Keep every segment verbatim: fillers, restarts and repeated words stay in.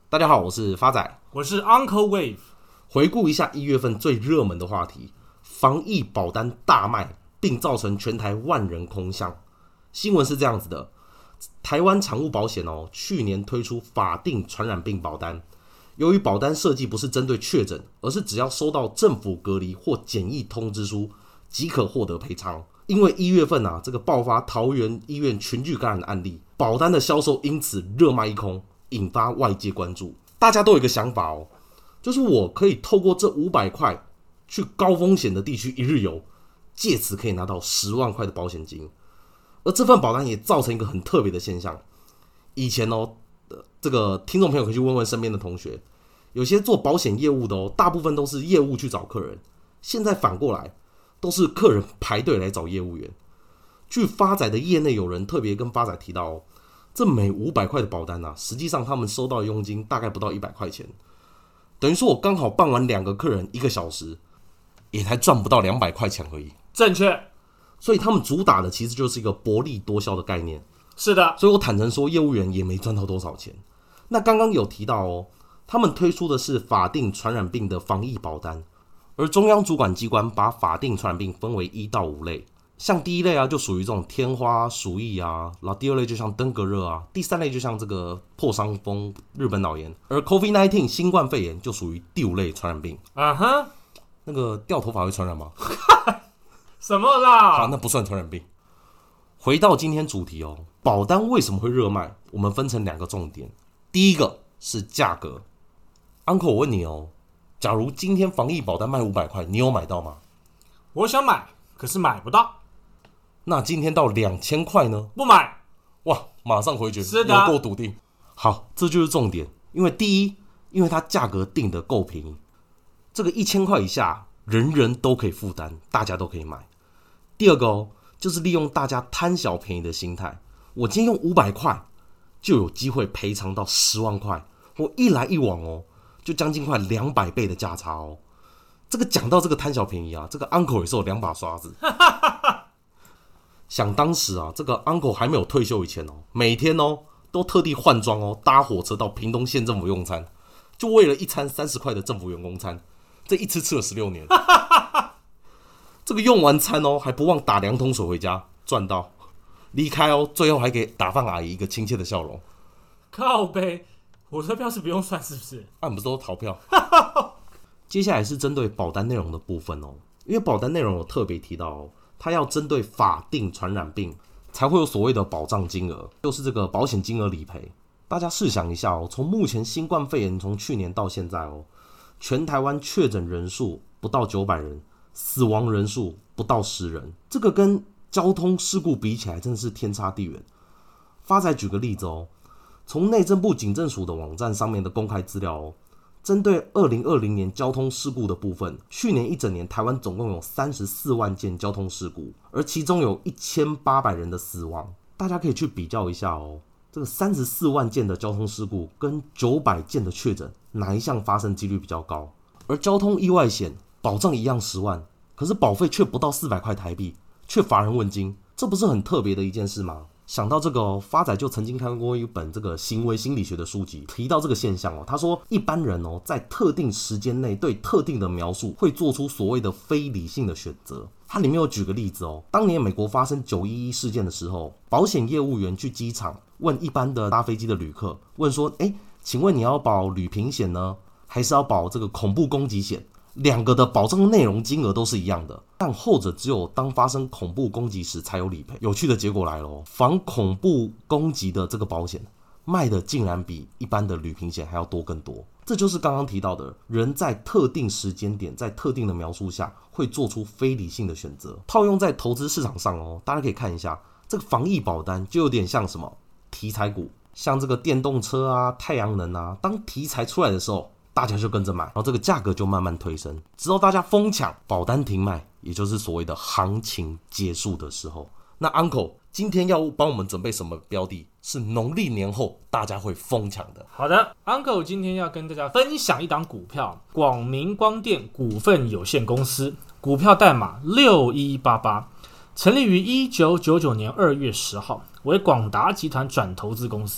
大家好，我是发仔， 我是 Uncle Wave。 回顾一下一月份最热门的话题，防疫保单大卖，并造成全台万人空巷。新闻是这样子的，台湾产物保险哦，去年推出法定传染病保单，由于保单设计不是针对确诊，而是只要收到政府隔离或检疫通知书即可获得赔偿。因为一月份啊，这个爆发桃园医院群聚感染的案例，保单的销售因此热卖一空，引发外界关注。大家都有一个想法哦，就是我可以透过这五百块去高风险的地区一日游，借此可以拿到十万块的保险金。而这份保单也造成一个很特别的现象，以前哦，这个听众朋友可以去问问身边的同学，有些做保险业务的哦，大部分都是业务去找客人，现在反过来都是客人排队来找业务员。据发仔的业内有人特别跟发仔提到哦，这每五百块的保单啊，实际上他们收到的佣金大概不到一百块钱，等于说我刚好办完两个客人一个小时，也才赚不到两百块钱而已。 正确。 所以他们主打的其实就是一个薄利多销的概念。 是的。 所以我坦诚说，业务员也没赚到多少钱。那刚刚有提到哦，他们推出的是法定传染病的防疫保单，而中央主管机关把法定传染病分为一到五类。像第一类啊，就属于这种天花、鼠疫啊，然后第二类就像登革热啊，第三类就像这个破伤风、日本脑炎，而 COVID 十九 新冠肺炎就属于第五类传染病。 啊哈， 那个掉头发会传染吗？ 什么啦？ 好，那不算传染病。回到今天主题哦，保单为什么会热卖？我们分成两个重点，第一个是价格。Uncle， 我问你哦，假如今天防疫保单卖五百块，你有买到吗？ 我想买，可是买不到。 那今天到两千块呢？ 不买。 哇，马上回绝， 是的， 有够笃定。好，这就是重点。因为第一，因为它价格定得够便宜，这个一千块以下，人人都可以负担，大家都可以买。第二个哦，就是利用大家贪小便宜的心态，我今天用五百块，就有机会赔偿到十万块。我一来一往哦，就将近快两百倍的价差哦。这个讲到这个贪小便宜啊，这个 Uncle 也是有两把刷子。想当时啊，这个 Uncle 还没有退休以前哦，每天哦都特地换装哦，搭火车到屏东县政府用餐，就为了一餐三十块的政府员工餐，这一吃吃了十六年。这个用完餐哦，还不忘打两桶水回家，赚到。离开哦，最后还给打饭阿姨一个亲切的笑容。 靠北，火车票是不用算是不是？ 啊，你不是都逃票？接下来是针对保单内容的部分哦，因为保单内容有特别提到哦，它要针对法定传染病才会有所谓的保障金额，就是这个保险金额理赔。大家试想一下哦，从目前新冠肺炎从去年到现在哦，全台湾确诊人数不到九百人。死亡人数不到十人，这个跟交通事故比起来真的是天差地远。发仔举个例子哦，从内政部警政署的网站上面的公开资料哦，针对二零二零年交通事故的部分，去年一整年台湾总共有三十四万件交通事故，而其中有一千八百人的死亡。大家可以去比较一下哦，这个三十四万件的交通事故跟九百件的确诊，哪一项发生几率比较高？而交通意外险保障一样十万，可是保费却不到四百块台币，却乏人问津，这不是很特别的一件事吗？想到这个哦，发仔就曾经看过一本这个行为心理学的书籍，提到这个现象哦。他说，一般人哦，在特定时间内对特定的描述会做出所谓的非理性的选择。他里面有举个例子哦，当年美国发生九一一事件的时候，保险业务员去机场问一般的搭飞机的旅客，问说：“哎，请问你要保旅平险呢，还是要保这个恐怖攻击险？”两个的保障内容金额都是一样的，但后者只有当发生恐怖攻击时才有理赔。有趣的结果来了哦，防恐怖攻击的这个保险卖的竟然比一般的旅平险还要多更多。这就是刚刚提到的，人在特定时间点，在特定的描述下，会做出非理性的选择。套用在投资市场上哦，大家可以看一下，这个防疫保单就有点像什么题材股，像这个电动车啊、太阳能啊，当题材出来的时候，大家就跟着买，然后这个价格就慢慢推升，直到大家疯抢，保单停卖，也就是所谓的行情结束的时候。那 Uncle 今天要帮我们准备什么标的？是农历年后大家会疯抢的。 好的 ，Uncle 今天要跟大家分享一档股票，广明光电股份有限公司，股票代码六一八八，成立于一九九九年二月十号，为广达集团转投资公司。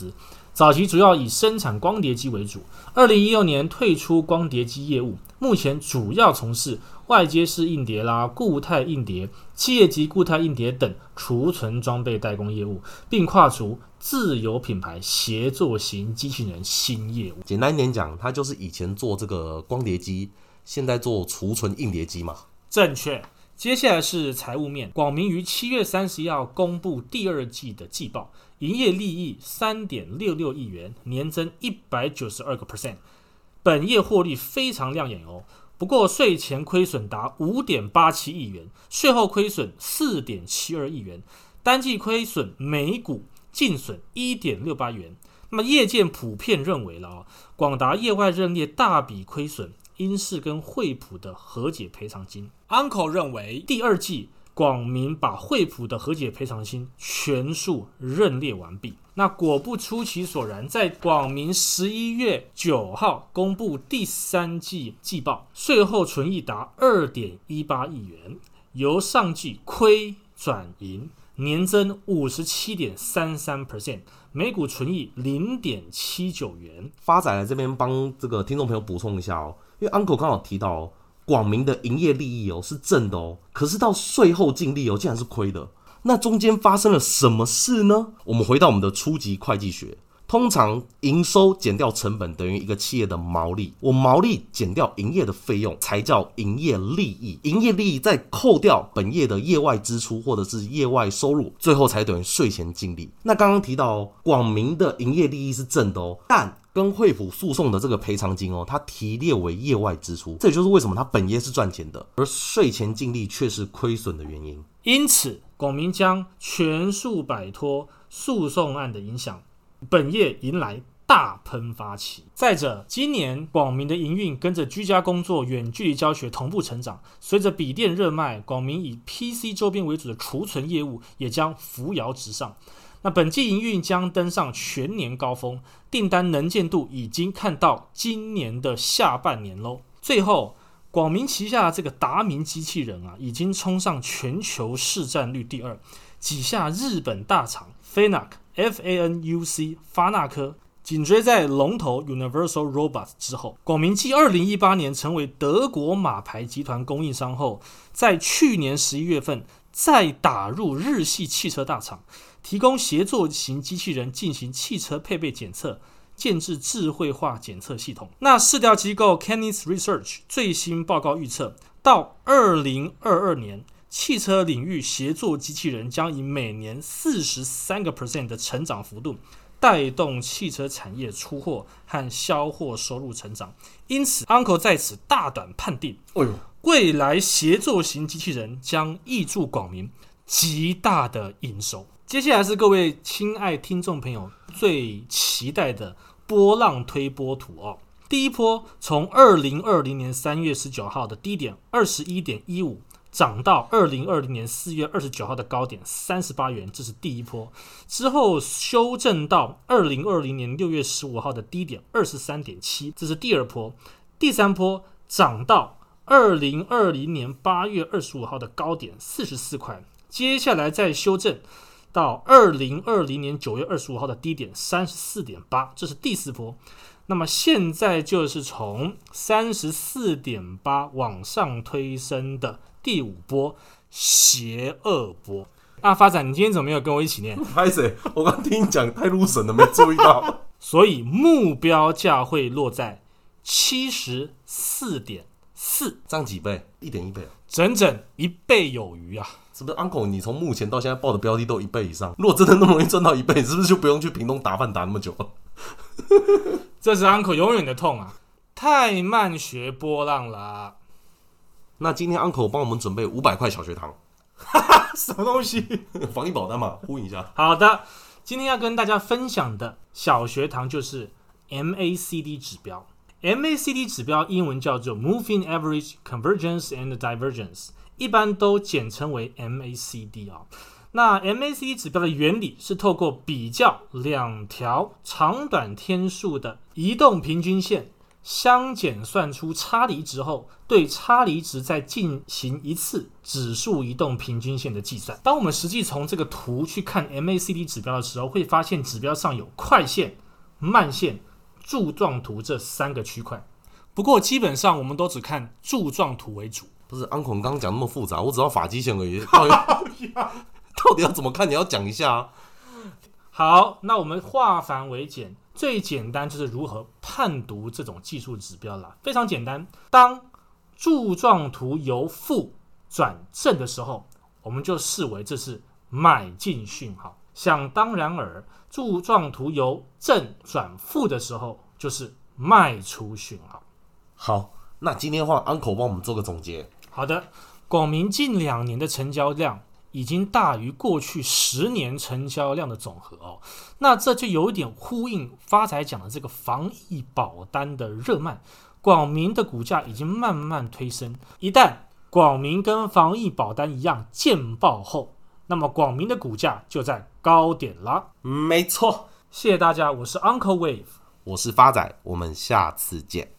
早期主要以生产光碟机为主，二零一六年退出光碟机业务，目前主要从事外接式硬碟啦、固态硬碟、企业级固态硬碟等储存装备代工业务，并跨足自有品牌协作型机器人新业务。 简单一点讲，它就是以前做这个光碟机，现在做储存硬碟机嘛。 正确。接下来是财务面，广明于七月三十一号公布第二季的季报，营业利益 三点六六亿元，年增 百分之一百九十二， 本业获利非常亮眼哦。不过税前亏损达 五点八七亿元，税后亏损 四点七二亿元，单季亏损每股净损 一点六八元。那么业界普遍认为了、哦、广达业外认列大笔亏损应是跟惠普的和解赔偿金。 Uncle 认为第二季广明把惠普的和解赔偿金全数认列完毕。那果不出其所然，在广明十一月九号公布第三季季报，税后纯益达 二点一八亿元，由上季亏转盈，年增 百分之五十七点三三， 每股纯益 零点七九元。 发仔来这边帮这个听众朋友补充一下哦，因为 Uncle 刚好提到哦，广明的营业利益哦是正的哦，可是到税后净利哦竟然是亏的。那中间发生了什么事呢？我们回到我们的初级会计学，通常营收减掉成本等于一个企业的毛利，我毛利减掉营业的费用才叫营业利益，营业利益再扣掉本业的业外支出或者是业外收入，最后才等于税前净利。那刚刚提到哦，广明的营业利益是正的哦，但跟惠普诉讼的这个赔偿金哦，它提列为业外支出，这也就是为什么它本业是赚钱的，而税前净利却是亏损的原因。 因此广明将全数摆脱诉讼案的影响，本业迎来大喷发期。再者，今年广明的营运跟着居家工作、远距离教学同步成长，随着笔电热卖，广明以 P C 周边为主的储存业务也将扶摇直上。那本季营运将登上全年高峰，订单能见度已经看到今年的下半年喽。最后，广明旗下这个达明机器人啊，已经冲上全球市占率第二，挤下日本大厂 Fanuc、F A N U C 发纳科，紧追在龙头 Universal Robots 之后。广明继二零一八年成为德国马牌集团供应商后，在去年十一月份再打入日系汽车大厂，提供协作型机器人进行汽车配备检测，建置智慧化检测系统。那市调机构 Kenneth Research 最新报告预测，到二零二二年，汽车领域协作机器人将以每年 百分之四十三 的成长幅度，带动汽车产业出货和销货收入成长。因此 Uncle 在此大胆判定，哎呦，未来协作型机器人将挹注广明极大的营收。接下来是各位亲爱听众朋友最期待的波浪推波图哦。第一波从二零二零年三月十九号的低点 二十一点一五涨到二零二零年四月二十九号的高点三十八元，这是第一波。之后修正到二零二零年六月十五号的低点 二十三点七，这是第二波。第三波涨到二零二零年八月二十五号的高点四十四块，接下来再修正到二零二零年九月二十五号的低点 三十四点八， 这是第四波。那么现在就是从 三十四点八 往上推升的第五波邪恶波。啊，发展，你今天怎么没有跟我一起念？ 拍谁？我刚听你讲太入神了，没注意到。 所以目标价会落在 七十四点四， 这样几倍？一点一倍， 整整一倍有余啊！ 是不是 Uncle？ 你从目前到现在报的标的都一倍以上，如果真的那么容易赚到一倍，是不是就不用去屏东打饭打那么久了？ 这是 Uncle 永远的痛啊！太慢学波浪啦。 那今天 Uncle 帮我们准备五百块小学堂， 什么东西？ 防疫保单嘛，呼应一下。 好的，今天要跟大家分享的小学堂就是 M A C D 指标。M A C D 指标英文叫做 Moving Average Convergence and Divergence， 一般都简称为 M A C D 啊。那 M A C D 指标的原理是透过比较两条长短天数的移动平均线，相减算出差离值后，对差离值再进行一次指数移动平均线的计算。当我们实际从这个图去看 M A C D 指标的时候，会发现指标上有快线、 慢线、柱状图这三个区块。不过基本上我们都只看柱状图为主。 不是安孔刚刚讲那么复杂，我只要发际线而已。到底到底要怎么看？你要讲一下啊。 好，那我们化繁为简，最简单就是如何判读这种技术指标啦。非常简单，当柱状图由负转正的时候，我们就视为这是买进讯号。想当然尔，柱状图由正转负的时候，就是卖出讯号。 好，那今天换 Uncle 帮我们做个总结。 好的，广明近两年的成交量已经大于过去十年成交量的总和哦。那这就有一点呼应发财讲的这个防疫保单的热卖，广明的股价已经慢慢推升。一旦广明跟防疫保单一样见报后，那么广明的股价就在高点啦。 没错， 谢谢大家，我是 Uncle Wave， 我是发仔，我们下次见。